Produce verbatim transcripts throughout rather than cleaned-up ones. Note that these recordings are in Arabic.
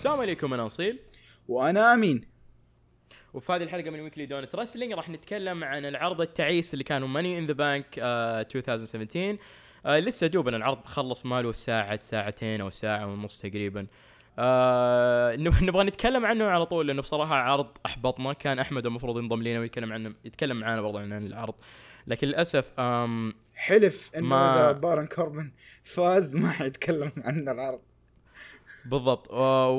السلام عليكم، انا اصيل وانا امين. وفي هذه الحلقه من ويكلي دونت رسلينج راح نتكلم عن العرض التعيس اللي كانوا ماني ان ذا بانك ألفين وسبعطعش. آه لسه دوبنا العرض خلص ماله ساعه ساعتين او ساعه ونص تقريبا. آه نبغى نتكلم عنه على طول لانه بصراحه عرض احبطنا. كان احمد المفروض ينضم لنا ويتكلم عنه يتكلم معنا برضه عن العرض، لكن للاسف آم حلف انه ما... اذا بارن كوربن فاز ما حيتكلم عن العرض بالضبط.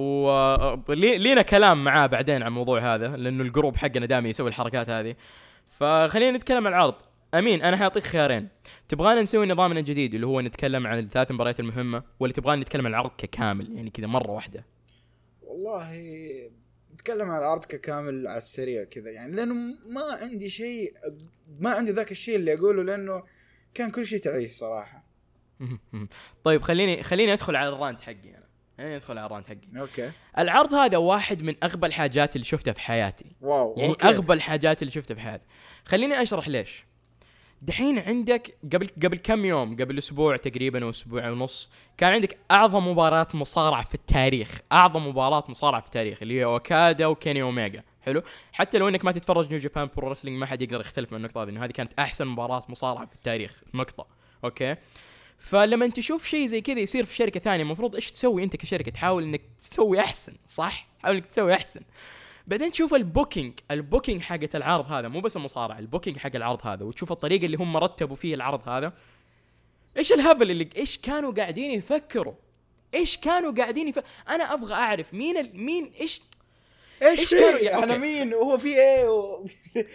ولينا كلام معاه بعدين عن الموضوع هذا لانه الجروب حقنا دائما يسوي الحركات هذه. فخلينا نتكلم عن العرض. امين، انا حاعطيك خيارين. تبغانا نسوي نظامنا الجديد اللي هو نتكلم عن الثلاث مباريات المهمه، ولا تبغانا نتكلم عن العرض ككامل يعني كذا مره واحده؟ والله نتكلم عن العرض ككامل على السريع كذا يعني، لانه ما عندي شيء، ما عندي ذاك الشيء اللي اقوله لانه كان كل شيء تعيس صراحه. طيب خليني خليني ادخل على الرانت حقي انا يعني ندخل على الرانت حقي. اوكي. العرض هذا واحد من اغبى الحاجات اللي شفتها في حياتي. واو. يعني أوكي. اغبى الحاجات اللي شفتها في حياتي. خليني اشرح ليش. دحين عندك قبل قبل كم يوم، قبل اسبوع تقريبا او اسبوع ونص، كان عندك اعظم مباراة مصارعة في التاريخ، اعظم مباراة مصارعة في التاريخ اللي هي اوكادا وكيني اوميجا. حلو، حتى لو انك ما تتفرج نيو جابان برو رسلينج ما حد يقدر يختلف من النقطة هذه، انه هذه كانت احسن مباراة مصارعة في التاريخ نقطة. اوكي، فلما انت تشوف شيء زي كذا يصير في شركة ثانية، المفروض ايش تسوي انت كشركة؟ تحاول انك تسوي احسن، صح؟ حاول انك تسوي احسن. بعدين تشوف البوكينج البوكينج حقة العرض هذا، مو بس المصارعة، البوكينج حق العرض هذا، وتشوف الطريقة اللي هم رتبوا فيه العرض هذا. ايش الهبل اللي ايش كانوا قاعدين يفكروا؟ ايش كانوا قاعدين يف... انا ابغى اعرف مين ال... مين ايش ايش, إيش في كانوا... انا مين وهو في ايه و...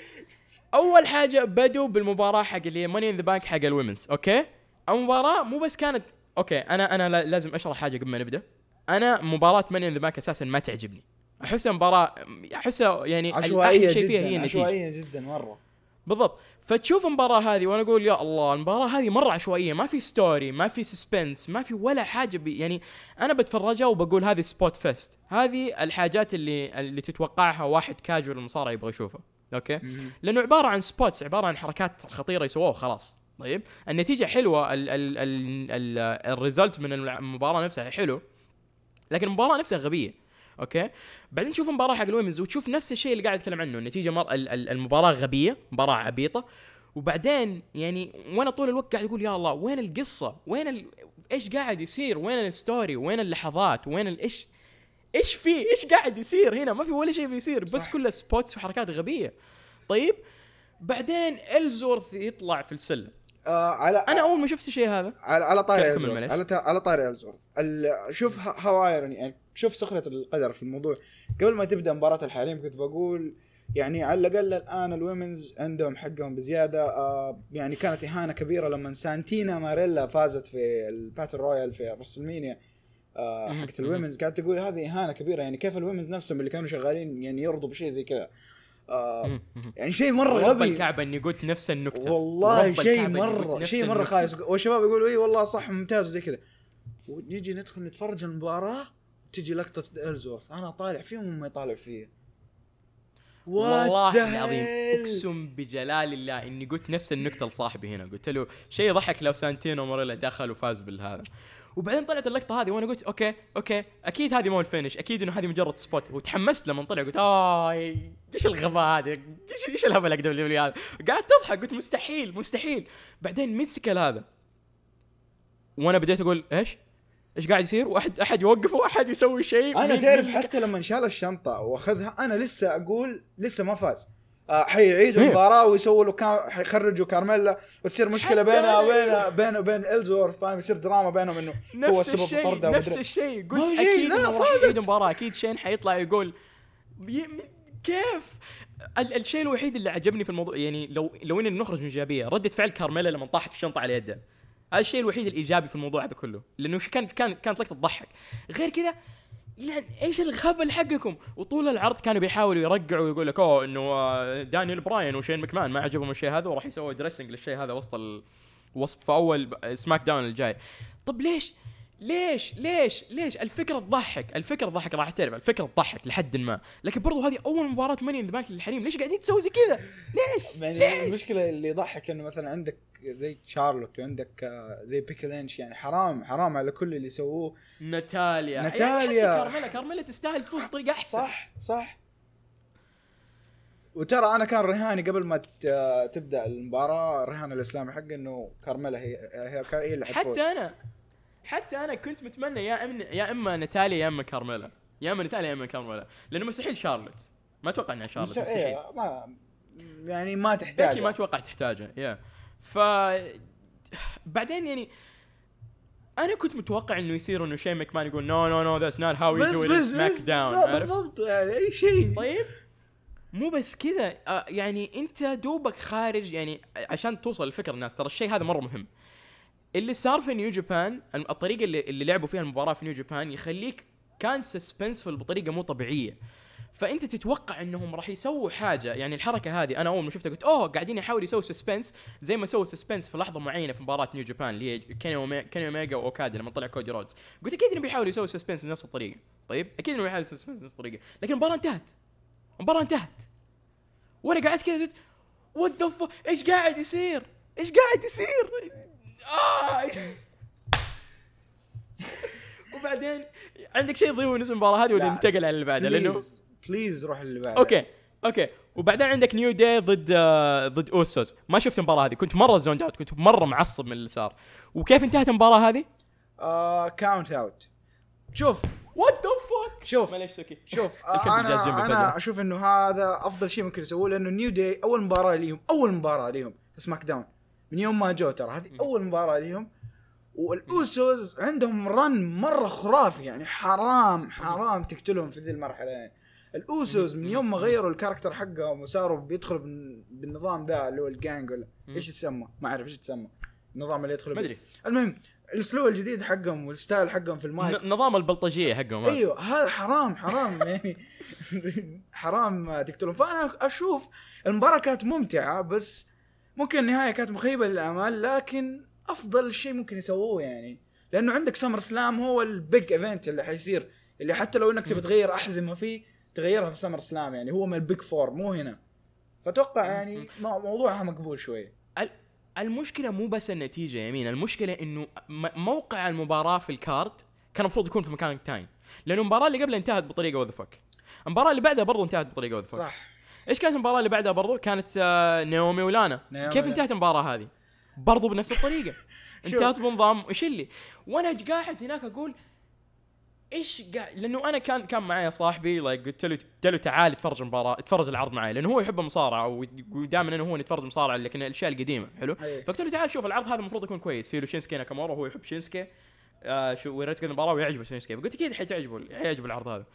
اول حاجة بدوا بالمباراة حق اللي هي ماني ان ذا بانك حق الويمنز. اوكي، المباراة مو بس كانت اوكي، انا انا لازم اشرح حاجة قبل ما نبدأ. انا مباراة ماني ان ذا بانك اساسا ما تعجبني، احسها مباراة احسها يعني عشوائية شيء فيها جدا، هي النتيجة. عشوائية جدا مرة. بالضبط. فتشوف المباراة هذه وانا اقول يا الله، المباراة هذه مرة عشوائية، ما في ستوري، ما في سسبنس، ما في ولا حاجة بي يعني انا بتفرجها وبقول هذه سبوت فيست. هذه الحاجات اللي اللي تتوقعها واحد كاجوال المصارع يبغى يشوفها. اوكي، لانه عبارة عن سبوتس، عبارة عن حركات خطيرة يسووها وخلاص. طيب النتيجة حلوة، ال ال ال ال الريزلت من المباراة نفسها حلو، لكن المباراة نفسها غبية. اوكي، بعدين تشوف مباراة حق الويمنز وتشوف نفس الشيء اللي قاعد اتكلم عنه، النتيجة مر... المباراة غبية، مباراة عبيطة. وبعدين يعني وانا طول الوقت قاعد اقول يا الله وين القصة، وين ال... ايش قاعد يصير، وين الستوري، وين اللحظات، وين ال... ايش ايش في ايش قاعد يصير هنا؟ ما في ولا شيء بيصير، بس كله سبوتس وحركات غبية. طيب بعدين إلزورث يطلع في السلم. آه على انا اول ما شفت شيء هذا على على طاري إلزورث، على تا... على طاري إلزورث شوف هوايرني يعني، شوف سخرة القدر في الموضوع. قبل ما تبدأ مباراة الحريم كنت بقول يعني على الأقل الآن الويمنز عندهم حقهم بزيادة. آه يعني كانت إهانة كبيرة لما سانتينا ماريلا فازت في الباتل رويال في رسلمانيا آه حقت الويمنز. قاعد تقول هذه إهانة كبيرة يعني، كيف الويمنز نفسهم اللي كانوا شغالين يعني يرضوا بشيء زي كذا؟ آه يعني شيء مرة غبي. الكعبة اني قلت نفس النكتة والله، شيء مرة شيء مرة خايس. والشباب يقولوا اي والله صح ممتاز وزي كذا، ونيجي ندخل نتفرج المباراة تجي لقطة إلزورث انا طالع فيهم وما يطالع فيه. والله العظيم اقسم بجلال الله اني قلت نفس النكتة لصاحبي هنا، قلت له شيء ضحك لو سانتينو موريلا دخل وفاز بالهذا. وبعدين طلعت اللقطة هذه وانا قلت اوكي اوكي اكيد هذه مو الفينش، اكيد انه هذه مجرد سبوت. وتحمست لما طلع، قلت اه ايش الغباء هذا، ايش ايش الهبل اقدر اللي هذا. قعدت اضحك قلت مستحيل مستحيل. بعدين مسك هذا وانا بديت اقول ايش ايش قاعد يصير، واحد احد يوقفه واحد يسوي شيء. انا تعرف حتى لما انشال الشنطة واخذها انا لسه اقول لسه ما فاز. آه حيعيدوا المباراة ويسووا له كام، حيخرجوا كارميلا وتصير مشكلة بينها وبين بينه وبين إلزورث، فاهم؟ يصير دراما بينهم انه هو السبب طرده. نفس الشيء قلت اكيد راح يعيد المباراة، اكيد شين حيطلع يقول كيف. ال- الشيء الوحيد اللي عجبني في الموضوع يعني لو لو اننا نخرج من ايجابيه، ردة فعل كارميلا لما طاحت الشنطة على يده، هذا الشيء الوحيد الايجابي في الموضوع هذا كله، لانه كان كان كانت لقطة تضحك. غير كذا يعني ايش الخبل حقكم؟ وطول العرض كانوا بيحاولوا يرجعوا ويقول لك اوه انه دانيال براين وشين مكمان ما عجبهم الشيء هذا وراح يسوي دريسنج للشيء هذا وسط ال... وصف في اول سماك داون الجاي. طب ليش ليش ليش ليش الفكره تضحك الفكره تضحك راح تعرف الفكره تضحك لحد ما، لكن برضو هذه اول مباراه ماني ان ذا بانك للحريم، ليش قاعدين تسوي زي كذا ليش؟ يعني المشكله اللي يضحك انه مثلا عندك زي شارلوت وعندك آه، زي بيكي لينش، يعني حرام حرام على كل اللي سووه. ناتاليا ناتاليا يعني كارميلا كارميلا تستاهل تفوز بطريقه احسن. صح صح. وترى انا كان رهاني قبل ما تبدا المباراه، رهان الاسلامي حق انه كارميلا هي هي, هي اللي حتفوز. حتى انا حتى انا كنت متمنى يا اما يا اما ناتاليا يا اما كارميلا، يا اما ناتاليا يا اما كارميلا، لانه مستحيل شارلوت، ما اتوقع انها شارلوت مستحيل إيه ما يعني ما تحتاج، ما اتوقع تحتاجها يا ف بعدين يعني انا كنت متوقع انه يصير انه شيء ماكمان يقول نو نو نو ذاتس نوت هاو وي دو ات سماك داون، بالضبط يعني اي شيء. طيب مو بس كذا آه يعني انت دوبك خارج، يعني عشان توصل للفكره الناس ترى الشيء هذا مره مهم. اللي صار في نيو جابان الطريقه اللي, اللي لعبوا فيها المباراه في نيو جابان يخليك كان سسبنسفل بطريقه مو طبيعيه، فانت تتوقع انهم راح يسووا حاجه. يعني الحركه هذه انا اول ما شفتها قلت اوه قاعدين يحاولوا يسووا سسبنس زي ما سووا سسبنس في لحظه معينه في مباراه نيو جابان اللي هي كيني اوميجا واوكادا لما طلع كودي رودز، قلت اكيد انهم بيحاولوا يسووا سسبنس بنفس الطريقه. طيب اكيد انهم بيحاولوا يسووا سسبنس بنفس الطريقه، لكن المباراه انتهت المباراه انتهت وانا قاعد كذا وات ذا ف ايش قاعد يصير ايش قاعد يصير آه. وبعدين عندك شيء تضيفه بالنسبه للمباراه هذه ولا ننتقل على اللي بعدها؟ لانه بليز روح اللي بعده. اوكي اوكي وبعدين عندك نيو داي ضد آه ضد اوسوس. ما شفت المباراه هذه، كنت مره زوند اوت، كنت مره معصب من اللي صار. وكيف انتهت المباراه هذه؟ آه كاونت اوت. شوف وات ذا فك شوف معليش سوكي شوف آه انا انا اشوف انه هذا افضل شيء ممكن يسووه، لانه نيو داي اول مباراه ليهم اول مباراه ليهم في سماك داون من يوم ما جو، ترى هذه اول مباراه ليهم. والاوسوس عندهم رن مره خرافي، يعني حرام حرام تقتلهم في ذي المرحله. يعني الاوسوس من يوم ما غيروا الكاركتر حقهم وصاروا بيدخلوا بالنظام ذا اللي هو الجانج ولا ايش يسمى، ما اعرف ايش يسمى النظام اللي يدخلوا ما ادري. المهم الاسلوب الجديد حقهم والستايل حقهم في المايك، نظام البلطجيه حقهم. ايوه هذا حرام حرام يعني حرام تقتلهم. فانا اشوف المباراه كانت ممتعه، بس ممكن النهايه كانت مخيبه للامال، لكن افضل شيء ممكن يسووه يعني، لانه عندك سمر سلام هو البيج ايفنت اللي حيصير، اللي حتى لو انك تبي تغير احزمه فيه تغيرها في سمر سلام، يعني هو من البيج فور مو هنا. فتوقع يعني موضوعها مقبول شوي. المشكله مو بس النتيجه يمين، المشكله انه موقع المباراه في الكارت كان المفروض يكون في مكان ثاني، لانه المباراه اللي قبلها انتهت بطريقه وذ فك، المباراه اللي بعدها برضو انتهت بطريقه وذ فك. صح. ايش كانت المباراه اللي بعدها برضو؟ كانت نيومي ولانا. كيف انتهت المباراه هذه؟ برضو بنفس الطريقه انتهت بنظام ايش اللي. وانا قاعد هناك اقول ايش قاعد، لانه انا كان كان معي صاحبي لايك قلت له قلت له تعال اتفرج المباراه اتفرج العرض معي، لانه هو يحب المصارعه ودائما انه هو يتفرج مصارعه لكن الاشياء القديمه حلو. فقلت له تعال شوف العرض هذا المفروض يكون كويس، فيه شينسكي ناكامورا وهو يحب شينسكي آه شو وريت كذا المباراه ويعجبه شينسكي، فقلت اكيد حيعجبه حيعجب العرض هذا.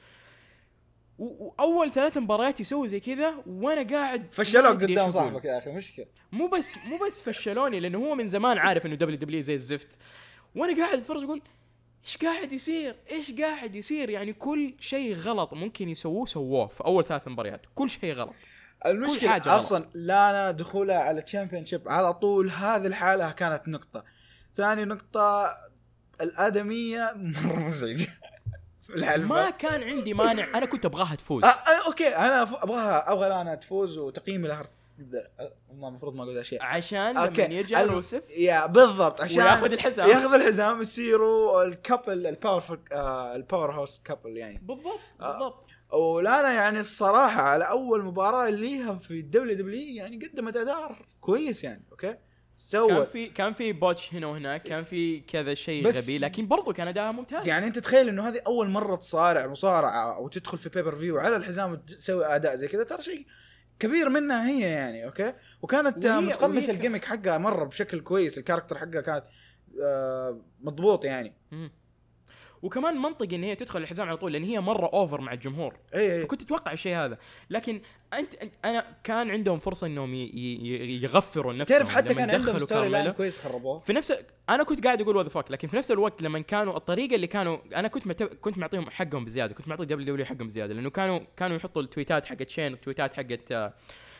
واول ثلاث مباريات يسوي زي كذا وانا قاعد فشلوا قدام صاحبك يا اخي مشكله. مو بس مو بس فشلوني، لانه هو من زمان عارف انه دبليو دبليو زي الزفت، وانا قاعد اتفرج اقول ايش قاعد يصير ايش قاعد يصير يعني كل شيء غلط ممكن يسووه سووه في اول ثلاث مباريات، كل شيء غلط. المشكله اصلا لانا دخولها على الشامبيونشيب على طول، هذه الحاله كانت نقطه. ثاني نقطه الادميه مره مزعجه ما كان عندي مانع، انا كنت ابغاها تفوز. آه آه اوكي انا ابغاها ابغى لانا تفوز وتقييمي لها ما المفروض ما اقول ذا شيء عشان لما يرجع روسف يا بالضبط عشان ياخذ الحزام ياخذ الحزام يصيروا الكابل الباورفل آه الباور هاوس كابل يعني بالضبط بالضبط. آه ولانا يعني الصراحه على اول مباراه ليها في الدبليو دبليو يعني قدمت اداء كويس يعني اوكي سوى كان في كان في بوتش هنا وهناك، كان في كذا شيء غبي، لكن برضو كان اداءها ممتاز. يعني انت تخيل انه هذه اول مره تصارع مصارعه او تدخل في بيبر فيو على الحزام وتسوي اداء زي كذا، ترى شيء كبير منها هي يعني اوكي. وكانت متقمص الجيمك حقها مره بشكل كويس، الكاركتر حقها كانت آه مضبوط يعني. م- وكمان منطقي ان هي تدخل الحزام على طول لان هي مره اوفر مع الجمهور. أي أي. فكنت اتوقع الشيء هذا، لكن انت انا كان عندهم فرصه انهم يغفروا نفسهم. تعرف حتى كان عندهم ستوري لاين كويس خربوه في نفس. انا كنت قاعد اقول وذا فاك، لكن في نفس الوقت لما كانوا الطريقه اللي كانوا انا كنت معتب... كنت معطيهم حقهم بزياده، كنت معطي دبليو دبليو حقهم بزياده، لانه كانوا كانوا يحطوا التويتات حقت شين والتويتات حقت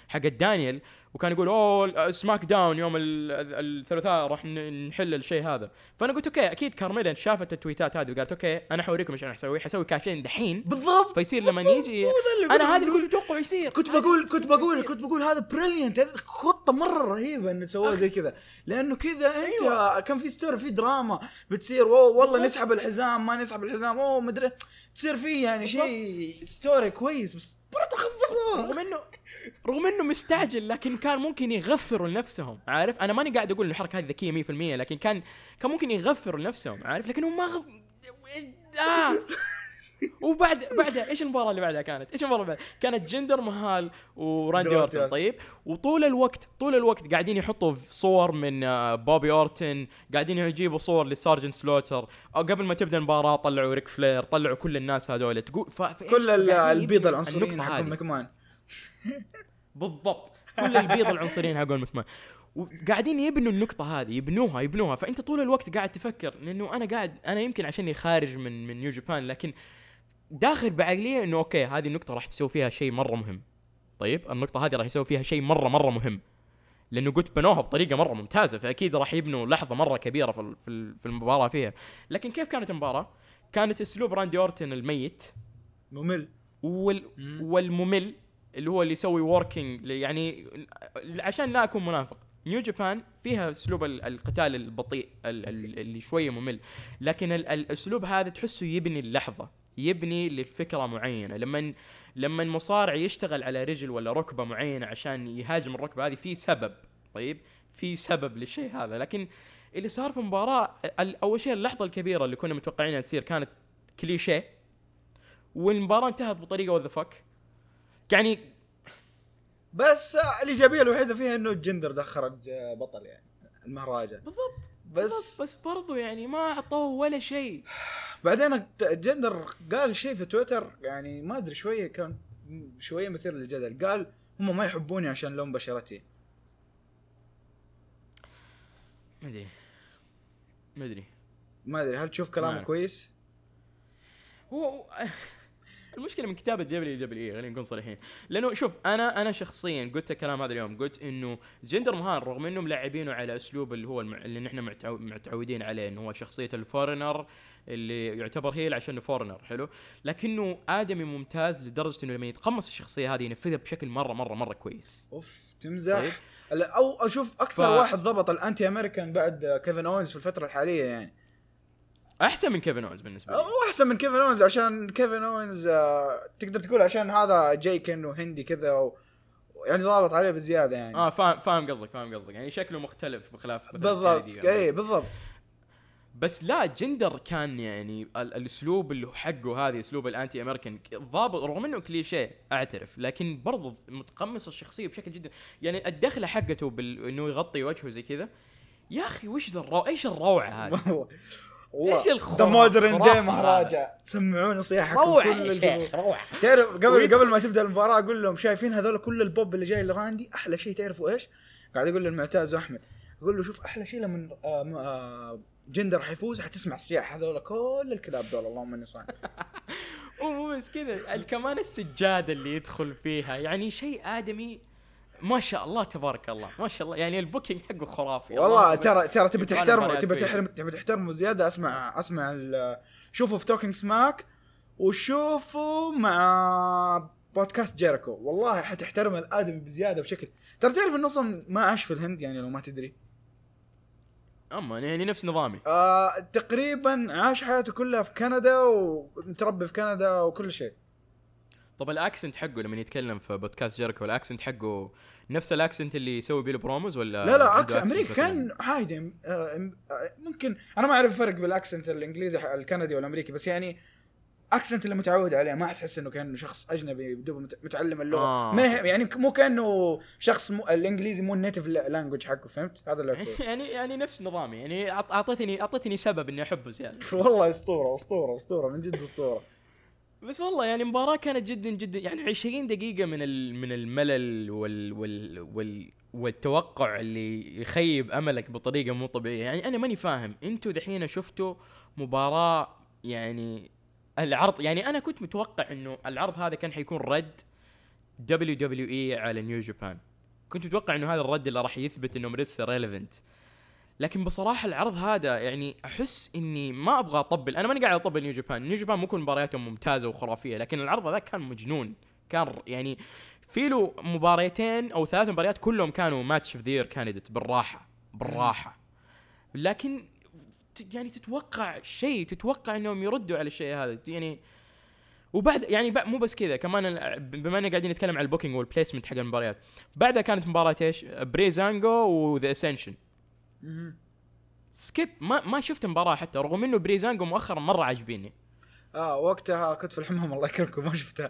حق دانيال وكان يقول اوه سماك داون يوم الثلاثاء راح نحل الشيء هذا. فانا قلت اوكي اكيد كارميلا شافت التويتات هذه وقالت اوكي انا حوريكم ايش انا حسوي حسوي كاشين دحين بالضبط. فيصير لما يجي انا هذا اللي كنت متوقع يصير. كنت بقول كنت بقول كنت بقول هذا بريليانت، هذه خطه مره رهيبه ان تسويها زي كذا، لانه كذا انت أيوة. كان في ستوري في دراما بتصير اوه والله نسحب الحزام ما نسحب الحزام اوه مدري تصير فيه يعني شيء ستوري كويس، بس برضه خبصها رغم انه رغم انه مستعجل لكن كان ممكن يغفروا لنفسهم. عارف انا ماني قاعد اقول ان الحركه هذه ذكيه مية بالمية لكن كان كان ممكن يغفروا لنفسهم. عارف لكنهم ما غف... آه. وبعد بعدها ايش المباراه اللي بعدها كانت ايش المباراه اللي بعدها كانت جندر مهال وراندي اورتن. طيب وطول الوقت طول الوقت قاعدين يحطوا صور من بوبي اورتن، قاعدين يجيبوا صور لسارجنت سلوتر، او قبل ما تبدا المباراه طلعوا ريك فلير، طلعوا كل الناس هذول تقول ف... كل البيض العنصريين حقهم مكمان بالضبط كل البيض العنصريين حقهم مكمان وقاعدين يبنوا النقطة هذه يبنوها يبنوها فأنت طول الوقت قاعد تفكر لأنه أنا قاعد أنا يمكن عشاني خارج من من نيو جابان لكن داخل بعقلية إنه أوكي هذه النقطة راح تسوي فيها شيء مرة مهم. طيب النقطة هذه راح يسوي فيها شيء مرة مرة مهم لأنه قلت بنوها بطريقة مرة ممتازة فأكيد راح يبنوا لحظة مرة كبيرة في في المباراة فيها. لكن كيف كانت المباراة؟ كانت أسلوب راندي أورتن الميت ممل وال والممل اللي هو اللي يسوي ووركينج يعني عشان لا أكون منافق. نيو جابان فيها اسلوب القتال البطيء اللي شويه ممل لكن الاسلوب هذا تحسه يبني اللحظه يبني لفكره معينه. لما لما المصارع يشتغل على رجل ولا ركبه معينه عشان يهاجم الركبه هذه في سبب. طيب في سبب للشيء هذا. لكن اللي صار في المباراه اول شيء اللحظه الكبيره اللي كنا متوقعينها تصير كانت كليشيه والمباراه انتهت بطريقه وذا فك يعني. بس الإيجابية الوحيدة فيها إنه الجندر ده خرج بطل يعني المهرجان بالضبط. بس بالضبط. بس برضو يعني ما عطوه ولا شيء. بعدين الجندر قال شيء في تويتر يعني ما أدري شوية كان شوية مثير للجدل. قال هم ما يحبوني عشان لون بشرتي. ما أدري ما أدري ما أدري هل تشوف كلامه كويس؟ هو المشكله من كتابه دبليو دبليو اي خلينا نكون صريحين لانه شوف انا انا شخصيا قلت الكلام هذا اليوم قلت انه جندر مهان رغم انهم لاعبينه على اسلوب اللي هو الم... اللي نحن معتعو... متعودين عليه انه هو شخصيه الفورنر اللي يعتبر هيل عشان فورنر حلو لكنه ادمي ممتاز لدرجه انه لما يتقمص الشخصيه هذه ينفذها بشكل مره مره مره كويس. اوف تمزح طيب. او اشوف اكثر ف... واحد ضبط الانتي امريكان بعد كيفن اونز في الفتره الحاليه يعني احسن من كيفن اونز بالنسبه لي. هو احسن من كيفن اونز عشان كيفن اونز آه تقدر تقول عشان هذا جاي كانه هندي كذا و... يعني ضابط عليه بزياده يعني. اه فاهم فاهم قصدك فاهم قصدك يعني شكله مختلف بخلاف بالضبط اي بالضبط. بس لا جندر كان يعني الاسلوب اللي حقه هذه اسلوب الانتي امريكان ضابط رغم انه كليشيه اعترف لكن برضو متقمص الشخصيه بشكل جدا يعني الدخله حقته بال... انه يغطي وجهه زي كذا يا اخي وش ذا الرو... ايش الروعه هذه ايش الخرافه مودرن داي مهرجان تسمعون صياحكم كل الجمهور. تعرف قبل قبل ما تبدا المباراه اقول لهم شايفين هذول كل البوب اللي جاي لراندي احلى شيء تعرفوا ايش قاعد يقول للمعتاز احمد اقول له شوف احلى شيء لما آه جندر حيفوز حتسمع صياح هذول كل الكلاب دول اللهم اني صايم. ومو بس كذا كمان السجاده اللي يدخل فيها يعني شيء ادمي ما شاء الله تبارك الله ما شاء الله يعني البوكينج حقه خرافي والله. ترى ترى تبي تحترمه تبي تحترم تبي تحترمه زياده. اسمع اسمع شوفوا في توكينج سماك وشوفوا مع بودكاست جيريكو والله حتحترم الادمي بزياده بشكل. ترى تعرف انه اصلا ما عاش في الهند يعني لو ما تدري اما يعني نفس نظامي آه تقريبا عاش حياته كلها في كندا ومتربي في كندا وكل شيء. طب الاكسنت حقه لما يتكلم في بودكاست جيريكو الاكسنت حقه نفس الاكسنت اللي يسوي بيه البروموز ولا لا لا اكسنت امريكي كان عادي. ممكن انا ما اعرف الفرق بالاكسنت الانجليزي الكندي والامريكي بس يعني اكسنت اللي متعود عليه ما حتحس انه كان شخص اجنبي بدون متعلم اللغه آه. ما يعني مو كانه شخص مو الانجليزي مو النيتيف لانجويج حقه فهمت هذا اللي اقصده. يعني يعني نفس نظامي يعني اعطتني اعطتني سبب اني احبه زياده. والله اسطوره اسطوره اسطوره من جد اسطوره. بس والله يعني مباراة كانت جدا جدا يعني عشرين دقيقة من من الملل وال وال وال والتوقع اللي يخيب أملك بطريقة مو طبيعية. يعني أنا ماني فاهم أنتوا دحين شفتوا مباراة يعني العرض يعني أنا كنت متوقع إنه العرض هذا كان حيكون رد دبليو دبليو اي على نيو جابان. كنت متوقع انه هذا الرد اللي راح يثبت انهم لسه ريليفنت، لكن بصراحه العرض هذا يعني احس اني ما ابغى اطبل. انا ماني قاعد اطبل نيو جابان، نيو جابان ممكن مبارياتهم ممتازه وخرافيه، لكن العرض هذا كان مجنون. كان يعني في له مباريتين او ثلاث مباريات كلهم كانوا ماتش اوف ذا يير كانديديت بالراحه بالراحه. لكن يعني تتوقع شيء، تتوقع انهم يردوا على الشيء هذا يعني. وبعد يعني مو بس كذا كمان، بما اننا قاعدين نتكلم على البوكينج والبليسمنت حق المباريات، بعدها كانت مباراه ايش؟ بريزانجو وذا اسنشن. سكيب ما ما شفت مباراه حتى، رغم انه بريزانجو مؤخرا مره عجبيني. اه وقتها كنت في الحمام الله يكرمكم ما شفتها.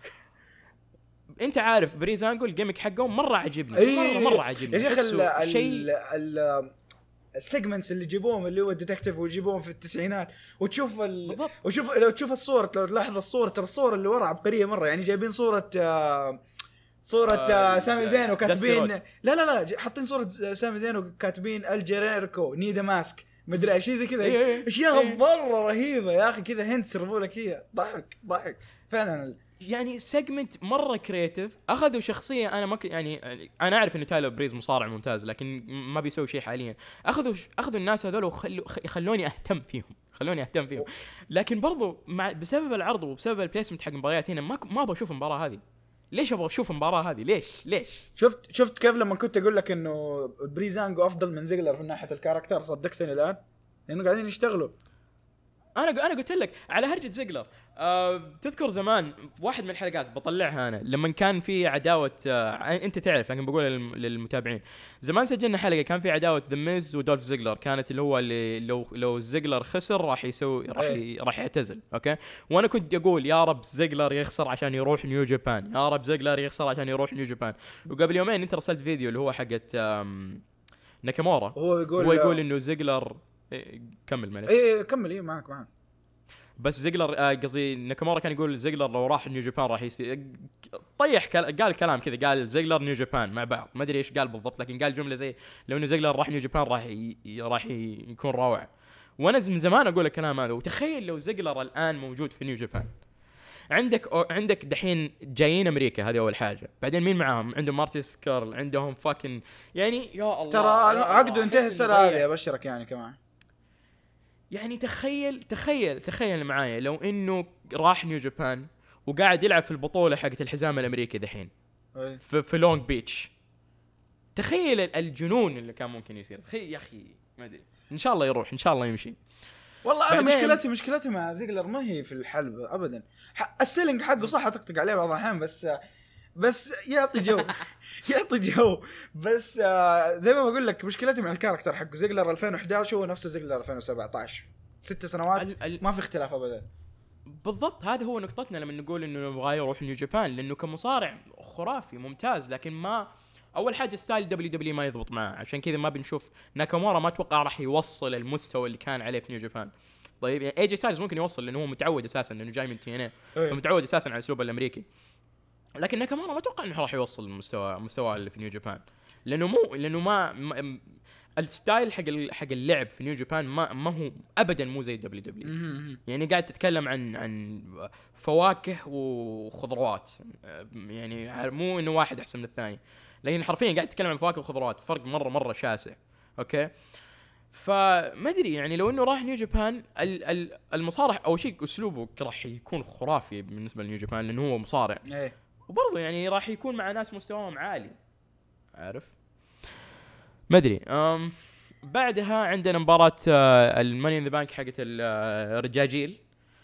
انت عارف بريزانجو الجيمك حقه مره عجبني. أيه مره مره عجبني يا شيخ. شيء السيجمنتس اللي يجيبوهم اللي هو الديتكتيف ويجيبوهم في التسعينات، وتشوف ال... وشوف لو تشوف الصورة، لو تلاحظ الصورة ترى الصورة اللي ورا عبقرية مرة. يعني جايبين صورة آه صورة آه سامي زين وكاتبين لا لا لا حاطين صورة سامي زين وكاتبين الجيريركو نيدا ماسك مدري شيء زي كذا. اشياء إيه مرة رهيبة يا اخي كذا، هنت سربوا لك هي. ضحك ضحك فعلا يعني سيجمنت مرة كرياتيف. أخذوا شخصية أنا ما ك... يعني أنا أعرف إنه تايلر بريز مصارع ممتاز لكن ما بيسوي شيء حاليا. أخذوا ش... أخذوا الناس هذول وخلوا يخلوني أهتم فيهم، خلوني أهتم فيهم. لكن برضو مع... بسبب العرض وبسبب البليسمنت حق المباريات هنا ما ما أبغى أشوف المباراة هذه. ليش أبغى أشوف المباراة هذه؟ ليش ليش؟ شفت شفت كيف لما كنت أقول لك إنه بريزانجو أفضل من زيجلر في ناحية الكاركتر، صدقتني الآن لأنه قاعدين يشتغلوا. انا انا قلت لك على هرجة زيجلر. أه تذكر زمان واحد من الحلقات بطلعها انا لما كان في عداوه، أه انت تعرف لكن بقول للمتابعين، زمان سجلنا حلقه كان في عداوه ذا ميز ودولف زيجلر، كانت اللي هو اللي لو لو زيجلر خسر راح يسوي راح ي... راح يعتزل. اوكي وانا كنت اقول يا رب زيجلر يخسر عشان يروح نيو جابان، يا رب زيجلر يخسر عشان يروح نيو جابان. وقبل يومين انت رسلت فيديو اللي هو حقت ناكامورا، هو يقول هو يقول انه زيجلر إيه كمل معلش. ايه كمل ايه معك معك. بس زيجلر قصدي آه ناكامورا كان يقول زيجلر لو راح نيو جابان راح يصير طيح كال... قال كلام كذا، قال زيجلر نيو جابان مع بعض، ما ادري ايش قال بالضبط لكن قال جمله زي لو انه زيجلر راح نيو جابان راح ي... راح ي... يكون روعه. وانا من زمان اقول الكلام هذا. وتخيل لو زيجلر الان موجود في نيو جابان، عندك أو... عندك دحين جايين امريكا، هذه اول حاجه. بعدين مين معاهم؟ عندهم مارتي سكارل، عندهم فاكن يعني يا الله ترى عقده انتهى السنه هذه ابشرك يعني كمان. يعني تخيل تخيل تخيل معايا لو انه راح نيو جابان وقاعد يلعب في البطوله حقت الحزام الامريكي دحين في, في لونج بيتش. تخيل الجنون اللي كان ممكن يصير. تخيل يا اخي ما ادري، ان شاء الله يروح ان شاء الله يمشي. والله انا مشكلتي مشكلتي مع زيجلر ما هي في الحلب ابدا. السيلينج حقه صح تقطق عليه بعض الاحيان بس بس يعطي جو يعطي جو بس زي ما بقول لك مشكلتي مع الكاركتر حقه. زيجلر ألفين وإحدى عشر هو نفسه زيجلر ألفين وسبعة عشر، ست سنوات ال ال ما في اختلاف ابدا. بالضبط هذا هو نقطتنا لما نقول انه نبغى يروح نيو جابان، لانه كمصارع خرافي ممتاز لكن ما اول حاجه ستايل دبليو دبليو ما يضبط معه، عشان كذا ما بنشوف ناكامورا. ما اتوقع راح يوصل المستوى اللي كان عليه في نيو جابان. طيب يعني اي جي ستايلز ممكن يوصل لانه هو متعود اساسا انه جاي من تي ان اي فمتعود اساسا على الاسلوب الامريكي، لكن ناكامورا ما اتوقع انه راح يوصل المستوى مستوى اللي في نيو جابان، لانه مو لانه ما, ما الستايل حق حق اللعب في نيو جابان ما ما هو ابدا مو زي دبليو دبليو. يعني قاعد تتكلم عن عن فواكه وخضروات، يعني مو انه واحد احسن من الثاني، لكن حرفيا قاعد تتكلم عن فواكه وخضروات، فرق مره مره شاسع. اوكي فما ادري يعني لو انه راح نيو جابان المصارع او شيء اسلوبه راح يكون خرافي بالنسبه لنيو جابان لانه هو مصارع ايه، وبرضه يعني راح يكون مع ناس مستواهم عالي، عارف ما ادري. أم بعدها عندنا مباراة الماني ان ذا بانك حقت الرجاجيل.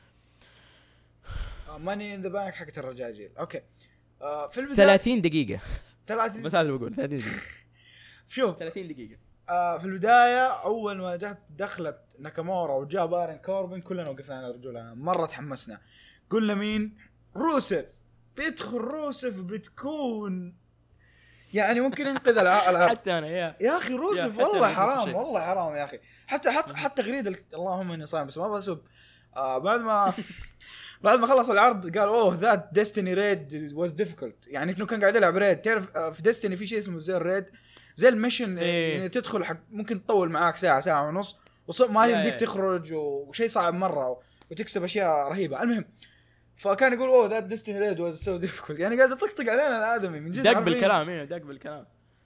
ماني ان ذا بانك حقت الرجاجيل اوكي. آه في البداية ثلاثين دقيقة ثلاثين بس هذا اللي بقول ثلاثين دقيقة. شوف ثلاثين دقيقة. آه في البداية أول ما جت دخلت ناكامورا وجاء بارن كوربن كلنا وقفنا على رجولنا، مرة تحمسنا، قلنا مين؟ روسف بيدخل، روسف بتكون يعني ممكن ينقذ العالم. حتى أنا يا يا أخي روسف والله حرام والله حرام يا أخي. حتى حتى حتى غريد ال... اللهم إني صايم بس ما بسب. آه بعد ما بعد ما خلص العرض قال اوه ذات ديستني ريد واز ديفيكولت، يعني انه كان قاعد يلعب ريد. تعرف في ديستني في شيء اسمه زي الريد زي الميشن إيه. يعني تدخل حق ممكن تطول معاك ساعه ساعه ونص وما يمديك تخرج وشيء صعب مره وتكسب اشياء رهيبه. المهم فكان يقول اوه ذات ديستني ريد واز سو ديفيكولت، يعني قاعد يطقطق علينا الادمي من جد دق بالكلام. ايه دق بالكلام.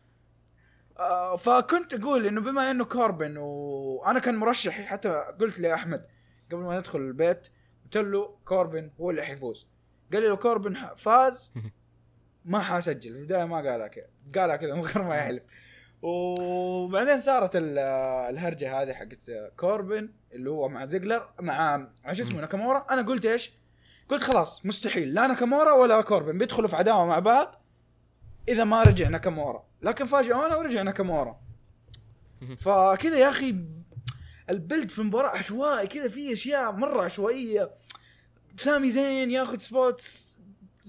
آه فكنت اقول انه بما انه كوربن وانا كان مرشحي، حتى قلت لاحمد قبل ما ندخل البيت قلت له كوربن هو اللي حيفوز. قال لي لو كوربن فاز ما حاسجل في البدايه، ما قالها كذا، قالها كذا من غير ما يحلف. وبعدين صارت الهرجه هذه حقت كوربن اللي هو مع زيجلر مع ايش اسمه ناكامورا. انا قلت ايش؟ قلت خلاص مستحيل لا ناكامورا ولا كوربن بيدخلوا في عداوه مع بعض اذا ما رجع ناكامورا. لكن فاجئونا ورجع ناكامورا. فكذا يا اخي البلد في المباراه عشوائي كذا، فيه اشياء مره عشوائيه. سامي زين ياخذ سبوتس،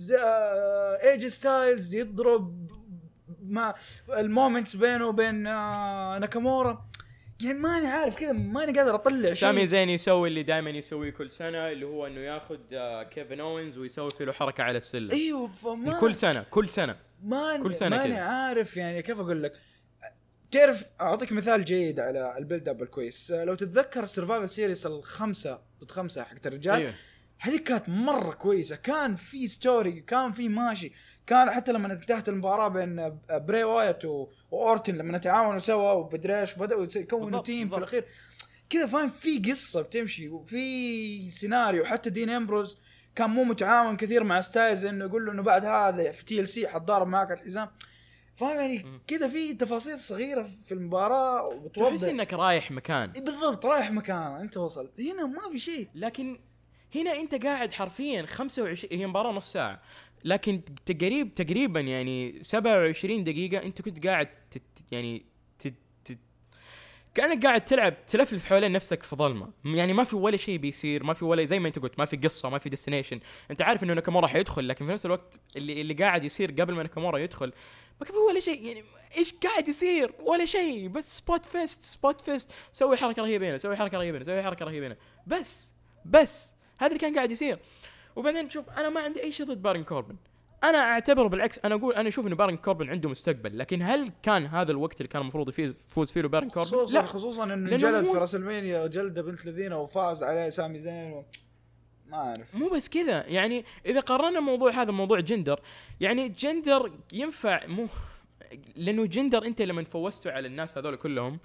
ايج ستايلز يضرب مع المومنتس بينه وبين ناكامورا، يعني ماني عارف كذا، ماني قادر اطلع شيء. سامي زين يسوي اللي دائما يسويه كل سنه، اللي هو انه ياخذ كيفن اوينز ويسوي فيه له حركه على السلم. ايوه فما كل سنه كل سنه ماني كل سنه ماني عارف يعني كيف اقول لك. تعرف اعطيك مثال جيد على البيلد اب الكويس. لو تتذكر السرفايفل سيريس الخمسة ضد خمسة حقت الرجال، أيوه. هذه كانت مره كويسه، كان في ستوري، كان في ماشي، كان حتى لما انتهت المباراه بين بري وايت واورتن لما تعاونوا سوا وبدريش بداوا يكونوا تيم في الاخير كذا، فاهم؟ في قصه بتمشي وفي سيناريو. حتى دين امبروز كان مو متعاون كثير مع ستايلز انه يقول له انه بعد هذا في تي ال سي حتضارب معك الحزام، فاهم؟ يعني كذا في تفاصيل صغيره في المباراه وبتوضح تحس انك رايح مكان. بالضبط رايح مكان انت وصلت. هنا ما في شيء، لكن هنا انت قاعد حرفيا خمسة وعشرين، هي مباراه نص ساعه، لكن تقريب تقريبا يعني سبعة وعشرين دقيقه انت كنت قاعد تت يعني تت تت كانك قاعد تلعب تلفلف حوالين نفسك في ظلمه، يعني ما في ولا شيء بيصير، ما في ولا زي ما انت قلت ما في قصه، ما في ديستنيشن. انت عارف انه ناكامورا حيدخل، لكن في نفس الوقت اللي اللي قاعد يصير قبل ما ناكامورا يدخل ما في ولا شيء. يعني ايش قاعد يصير؟ ولا شيء، بس سبوت فيست سبوت فيست سوي حركه رهيبه هنا، سوي حركه رهيبه هنا، سوي حركه رهيبه هنا، بس بس هذا اللي كان قاعد يصير. وبعدين شوف انا ما عندي اي شيء ضد بارن كوربن، انا اعتبره بالعكس، انا اقول انا اشوف انه بارن كوربن عنده مستقبل، لكن هل كان هذا الوقت اللي كان المفروض يفوز فيه بارن كوربن؟ خصوصا لا، خصوصا انه جلد في راسلمانيا جلده بنت الذين وفاز عليه سامي زين و... ما اعرف. مو بس كذا، يعني اذا قارنا موضوع هذا موضوع جندر، يعني جندر ينفع مو لانه جندر انت لما فوزتوا على الناس هذول كلهم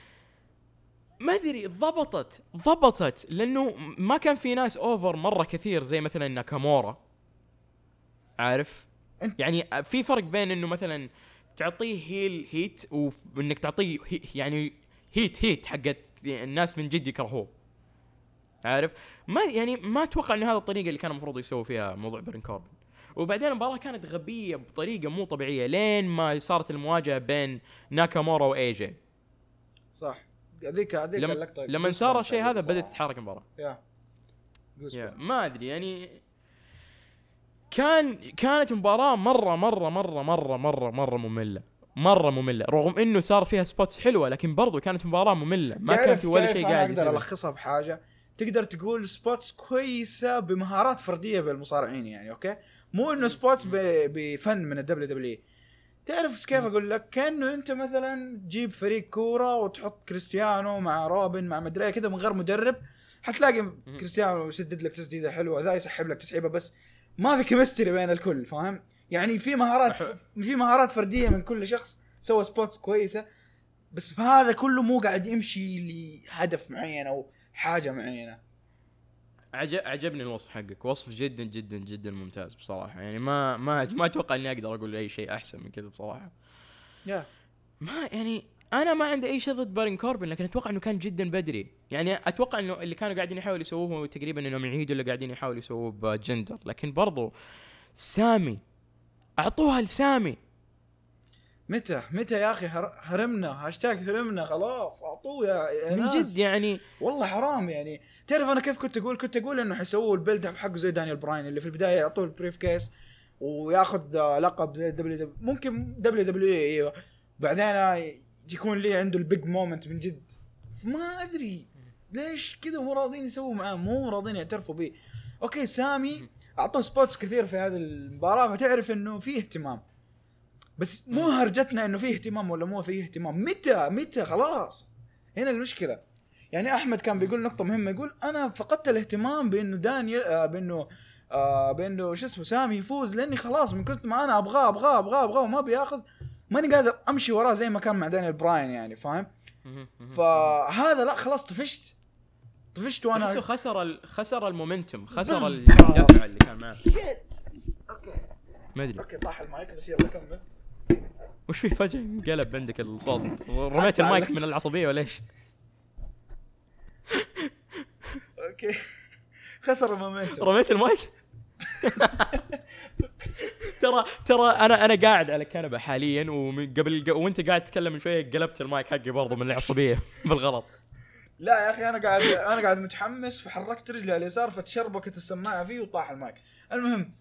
ما ادري ضبطت ضبطت لانه ما كان في ناس اوفر مره كثير زي مثلا ناكامورا، عارف؟ يعني في فرق بين انه مثلا تعطيه هيل هيت وانك تعطيه هي يعني هيت هيت حقت الناس من جد يكرهوه، عارف؟ ما يعني ما اتوقع ان هذا الطريقه اللي كان المفروض يسوي فيها موضوع بارن كوربن. وبعدين المباراه كانت غبيه بطريقه مو طبيعيه لين ما صارت المواجهه بين ناكامورا واي جي. صح، هذيك هذيك لم اللقطه لما صار الشيء هذا بدات تتحرك المباراه. يا yeah. ما ادري يعني كان كانت مباراه مره مره مره مره مره مره ممله مره ممله، رغم انه صار فيها سبوتس حلوه لكن برضو كانت مباراه ممله، ما كان في ولا شيء قاعد يصير. اقدر الخصها بحاجه، تقدر تقول سبوتس كويسه بمهارات فرديه بالمصارعين، يعني اوكي مو انه سبوتس بفن من الدبليو دبليو. تعرف كيف اقول لك؟ كانه انت مثلا تجيب فريق كوره وتحط كريستيانو مع روبن مع مدري كده من غير مدرب، حتلاقي كريستيانو يسدد لك تسديده حلوه، ذا يسحب لك تسحيبه، بس ما في كيمستري بين الكل، فاهم؟ يعني في مهارات في مهارات فرديه من كل شخص سوى سبوتس كويسه، بس هذا كله مو قاعد يمشي لهدف معين او حاجه معينه. عجبني الوصف حقك، وصف جدا جدا جدا ممتاز بصراحه، يعني ما ما ما اتوقع اني اقدر اقول اي شيء احسن من كذا بصراحه. يا ما يعني انا ما عندي اي شيء ضد بارن كوربن، لكن اتوقع انه كان جدا بدري، يعني اتوقع انه اللي كانوا قاعدين يحاولوا يسووه تقريبا انهم يعيدوا اللي قاعدين يحاولوا يسووه بجندر، لكن برضو سامي اعطوها لسامي. متى متى يا اخي هرمنا هاشتاج هرمنا خلاص اعطوه يا, يا من ناس. جد يعني والله حرام. يعني تعرف انا كيف كنت اقول كنت اقول انه حيسووا البيلد اب حقه زي دانيال براين اللي في البدايه يعطوه البريف كيس وياخذ لقب زي دبليو دبليو، ممكن دبليو دبليو ايوه، بعدين يكون لي عنده البيج مومنت من جد. ما ادري ليش كذا مو راضين يسووا معاه، مو راضين يعترفوا به. اوكي سامي اعطوه سبوتس كثير في هذه المباراه فتعرف انه فيه اهتمام، بس مو هرجتنا انه فيه اهتمام ولا مو فيه اهتمام. متى متى خلاص هنا المشكله. يعني احمد كان بيقول نقطه مهمه، يقول انا فقدت الاهتمام بانه دانيال آه بانه آه بانه شو اسمه سامي يفوز، لاني خلاص من كنت ما انا ابغاه ابغاه ابغاه ابغاه وما بياخذ، ماني قادر امشي وراه زي ما كان مع دانيال براين يعني فاهم. فهذا لا خلاص طفشت طفشت وانا تحسه خسر ال... خسر المومنتم، خسر الدفع اللي كان معه. اوكي ما ادري اوكي طاح المايك بس يلا كمل. وش في فجأة انقلب عندك الصوت؟ رميت المايك من العصبية ولا ايش؟ اوكي خسر المومنتم. رميت المايك. ترى ترى انا انا قاعد على كنبه حاليا، وقبل وانت قاعد تتكلم من شويه قلبت المايك حقي برضه من العصبيه بالغلط. لا يا اخي انا قاعد انا قاعد متحمس، فحركت رجلي على اليسار فتشربكت السماعه فيه وطاح المايك. المهم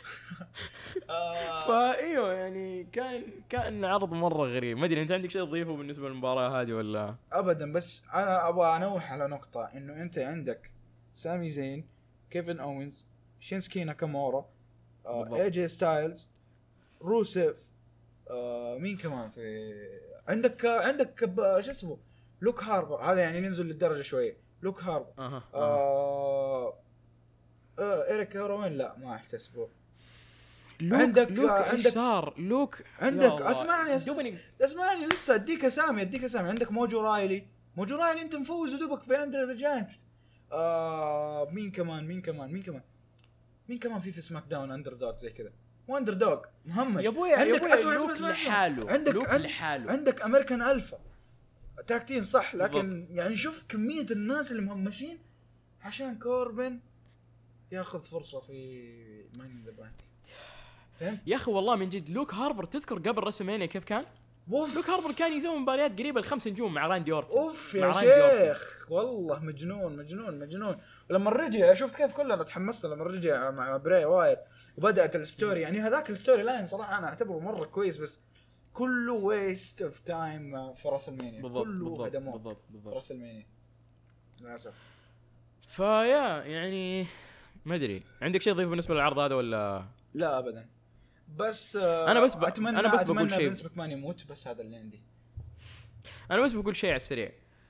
آه فايوه يعني كان كان عرض مره غريب. ما ادري انت عندك شيء تضيفه بالنسبه للمباراه هذه ولا؟ ابدا، بس انا ابغى انوه على نقطه، انه انت عندك سامي زين، كيفن اوينز، شينسكي ناكامورا، آه اي جي ستايلز، روسيف، آه مين كمان في عندك آه عندك شو اسمه لوك هاربر، هذا يعني ننزل للدرجه شويه. لوك هاربر أه. أه. آه آه إيريك هيروين لا ما احتسبه. لوك عندك لوك آه ايش صار لوك؟ عندك اسمعني دوبني اسمعني لسه اديك اسامي اديك اسامي عندك موجو رايلي موجو رايلي انت مفوز ودوبك في اندر ذا جاينت. آه مين كمان مين كمان مين كمان مين كمان في في سماك داون اندر دوغ زي كذا، مو اندر دوغ مهمش. يا ابويا عندك يا اسمع اسمع اسمع اسمع لحاله. عندك لوك عند... لحاله. عندك امريكان الفا تاك تيم صح، لكن بالضبط. يعني شوف كميه الناس اللي مهمشين عشان كوربن ياخذ فرصه في ماني ذا بانك. فهمت يا اخي والله من جد لوك هاربر تذكر قبل رسمينيا كيف كان؟ أوف. لوك هاربر كان يسوي مباريات قريبه الخمس نجوم مع راندي اورتن. اوف يا شيخ والله مجنون مجنون مجنون. ولما رجع شفت كيف كلنا تحمسنا لما رجع مع براي وايت وبدات الستوري، يعني هذاك الستوري لاين صراحه انا اعتبره مره كويس، بس كله ويست اوف تايم في راس المانيا. كله هدموه بالضبط بالضبط راس المانيا للاسف. فيا يعني ما ادري عندك شيء تضيفه بالنسبه للعرض هذا ولا؟ لا ابدا، بس انا بس ب... اتمنى انا بس أتمنى بقول شيء فينس ماكمان يموت، بس هذا اللي عندي. انا بس بقول شيء على السريع.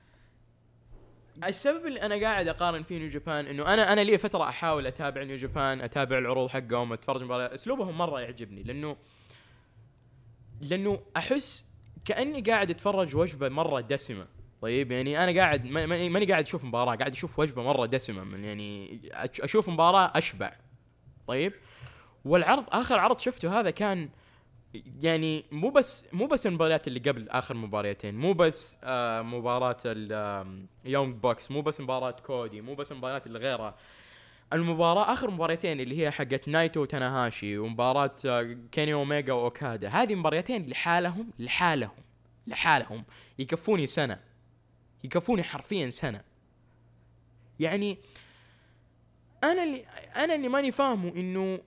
السبب اللي انا قاعد اقارن فيه نيو جابان انه انا انا لي فتره احاول اتابع نيو جابان، اتابع العروض حقهم، اتفرج مباريات، اسلوبهم مره يعجبني، لانه لانه احس كاني قاعد اتفرج وجبه مره دسمه. طيب يعني انا قاعد ماني قاعد اشوف مباراه، قاعد اشوف وجبه مره دسمه، من يعني اشوف مباراه اشبع. طيب والعرض اخر عرض شفته هذا كان يعني مو بس مو بس المباريات اللي قبل اخر مباريتين، مو بس آه مباراه اليونج بوكس، مو بس مباراه كودي، مو بس المباريات اللي غيرها. المباراه اخر مباريتين اللي هي حقت نايتو وتاناهاشي ومباراه آه كيني اوميجا واوكادا، هذه مباريتين لحالهم لحالهم لحالهم يكفوني سنه، يكفوني حرفيا سنه. يعني انا اللي انا اللي ماني فاهمه انه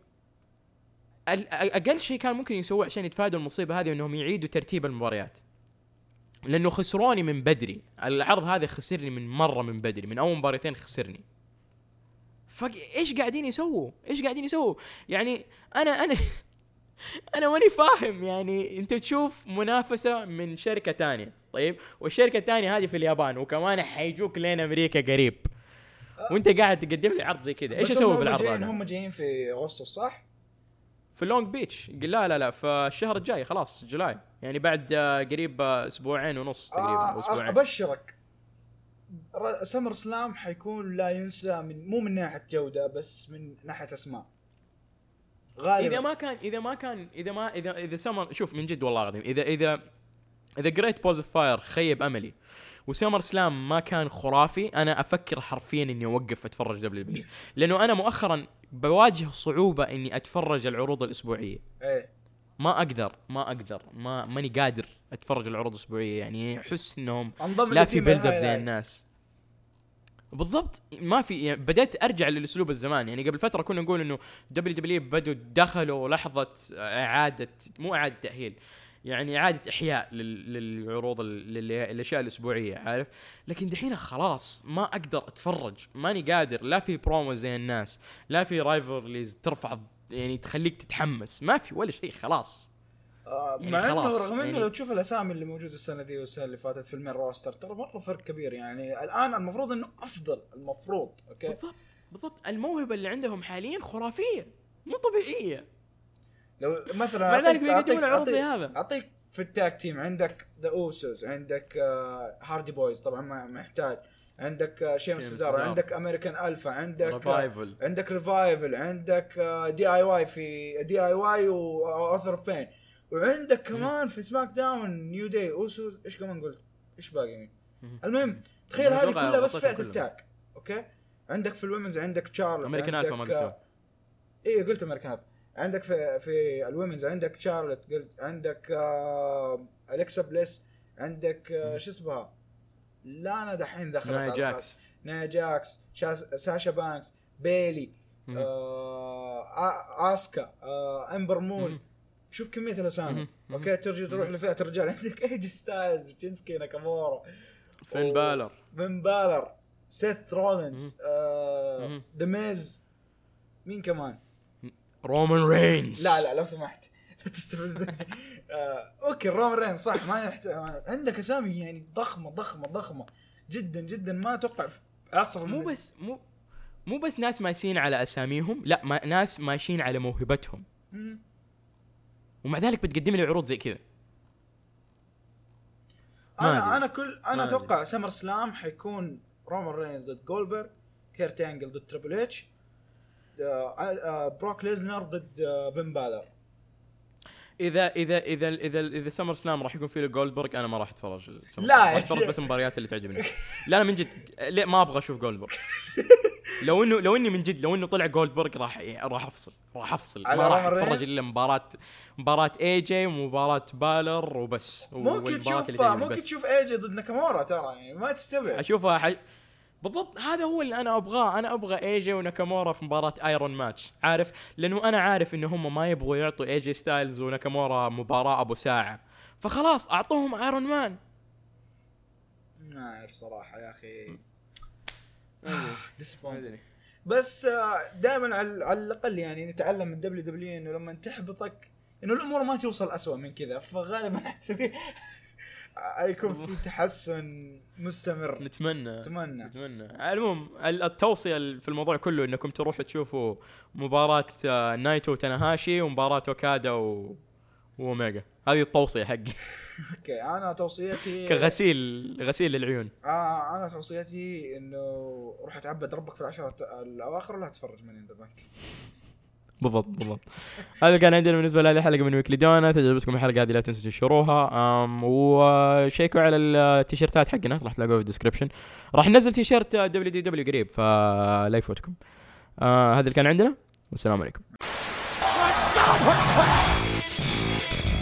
اقل شيء كان ممكن يسووه عشان يتفادوا المصيبه هذه انهم يعيدوا ترتيب المباريات، لانه خسروني من بدري. العرض هذا خسرني من مره من بدري، من اول مباراتين خسرني. فايش قاعدين يسووا ايش قاعدين يسووا يعني انا انا انا ماني فاهم. يعني انت تشوف منافسه من شركه تانية، طيب والشركه الثانيه هذه في اليابان، وكمان حيجوك لين امريكا قريب، وانت قاعد تقدم لي عرض زي كذا. ايش اسوي بالعرض هذا؟ هم جايين في اغسطس صح؟ في لونج بيتش. لا لا لا في الشهر الجاي خلاص جولاي، يعني بعد قريب اسبوعين ونص تقريبا او اسبوعين. ابشرك سمر سلام حيكون لا ينسى، من مو من ناحيه جوده بس من ناحيه اسماء غالبا. اذا ما كان اذا ما كان اذا ما اذا اذا سمر شوف من جد والله العظيم، اذا اذا اذا جريت بوز اوف فاير خيب املي وسمر سلام ما كان خرافي، انا افكر حرفيا اني اوقف اتفرج دبليو دبليو، لانه انا مؤخرا بواجه صعوبه اني اتفرج العروض الاسبوعيه. ايه ما اقدر ما اقدر ما ماني قادر اتفرج العروض الاسبوعيه، يعني احس انهم لا في بيلد اب زي الناس. بالضبط ما في. يعني بدأت ارجع للاسلوب الزمان. يعني قبل فتره كنا نقول انه دبليو دبليو بدوا دخلوا لحظه اعاده، مو اعاده تاهيل، يعني اعاده احياء للعروض الاشياء الاسبوعيه، عارف. لكن دحين خلاص ما اقدر اتفرج، ماني قادر. لا في برومو زي الناس، لا في رايفلريز ترفع يعني تخليك تتحمس، ما في ولا شيء خلاص. آه يعني مع انه رغم انه لو تشوف الاسامي اللي موجوده السنه دي والسنه اللي فاتت في المين روستر ترى مره فرق كبير. يعني الان المفروض انه افضل، المفروض اوكي بالضبط. بالضبط الموهبه اللي عندهم حاليا خرافيه مو طبيعيه. لو مثلا مع ذلك بيقدمون عروض زي هذا. اعطيك في التاك تيم عندك ذا اوسوس، عندك آه هاردي بويز طبعا ما محتاج، عندك آه شيم سيزار، عندك امريكان الفا، عندك ريفايفل آه عندك ريفايفل، عندك آه دي اي واي في دي اي واي واوثر اوف بين، وعندك كمان في سماك داون نيو داي اوسوس. ايش كمان قلت؟ ايش باقي مين؟ المهم تخيل هذه كلها بس فئه التاك. اوكي عندك في الويمنز عندك تشارلوت، امريكان الفا ما قلت. ايه قلت امريكان الفا. عندك في في الويمنز عندك تشارلوت، قلت عندك آه أليكسا بليس، عندك آه شو اسمها لانا دحين دخلت نايا جاكس نايا جاكس ساشا بانكس، بيلي، آه آسكا، آه امبر مون. شوف كمية الاسامي. اوكي ترجع تروح لفئة الرجال عندك ايج ستايلز، جينسكي ناكامورا، فين بالر فين بالر، سيث رولينز، آه ذا ميز، مين كمان؟ رومان رينز. لا لا لو سمحت لا تستفزني. آه، اوكي رومان رينز صح ما يحتاج. عندك اسامي يعني ضخمه ضخمه ضخمه جدا جدا ما اتوقع في عصر. مو بس مو مو بس ناس ماشيين على اساميهم، لا ما ناس ماشيين على موهبتهم. مم. ومع ذلك بتقدم لي عروض زي كذا. انا انا كل انا اتوقع سمر سلام حيكون رومان رينز ضد جولبرغ، كيرت انجل ضد تريبل اتش، بروك ليزنر ضد بن بالر. اذا اذا اذا اذا اذا سمر سلام راح يكون فيه جولدبرغ انا ما راح اتفرج. لا راح اتفرج بس المباريات اللي تعجبني. لا انا من جد لا ما ابغى اشوف جولدبرغ. لو انه لو اني من جد لو انه طلع جولدبرغ راح راح افصل راح افصل ما راح اتفرج الا مباراه مباراه اي جي ومباراه بالر وبس. ممكن تشوف ممكن تشوف اي جي ضد ناكامورا ترى يعني ما تستبعد. اشوفها حي... بالضبط هذا هو اللي انا ابغاه. انا ابغى اي جي وناكامورا في مباراه ايرون ماتش، عارف؟ لانه انا عارف ان هم ما يبغوا يعطوا اي جي ستايلز وناكامورا مباراه ابو ساعه، فخلاص اعطوهم ايرون مان. ما اعرف صراحه يا اخي ديسابوينتد. بس دائما على الاقل يعني نتعلم من دبليو دبليو انه لما تحبطك انه الامور ما توصل أسوأ من كذا، فغالبا يكون في تحسن مستمر. نتمنى نتمنى نتمنى. المهم التوصية في الموضوع كله انكم تروحوا تشوفوا مباراة نايتو تاناهاشي ومباراة اوكادا و... واوميجا. هذه التوصية حقي. اوكي انا توصيتي كغسيل غسيل للعيون. اه انا توصيتي انه روح تعبد ربك في العشرة الاواخر ولا تتفرج من ذا بانك. بالضبط بالضبط. هذا كان عندنا بالنسبه لهذه الحلقه من ويكلي دونت. عجبتكم الحلقه هذه لا تنسوا تنشروها وشيكوا على التيشيرتات حقنا راح تلاقوها في الديسكربشن. راح ننزل تيشيرت دبليو دي دبليو قريب فلا يفوتكم. آه هذا اللي كان عندنا والسلام عليكم.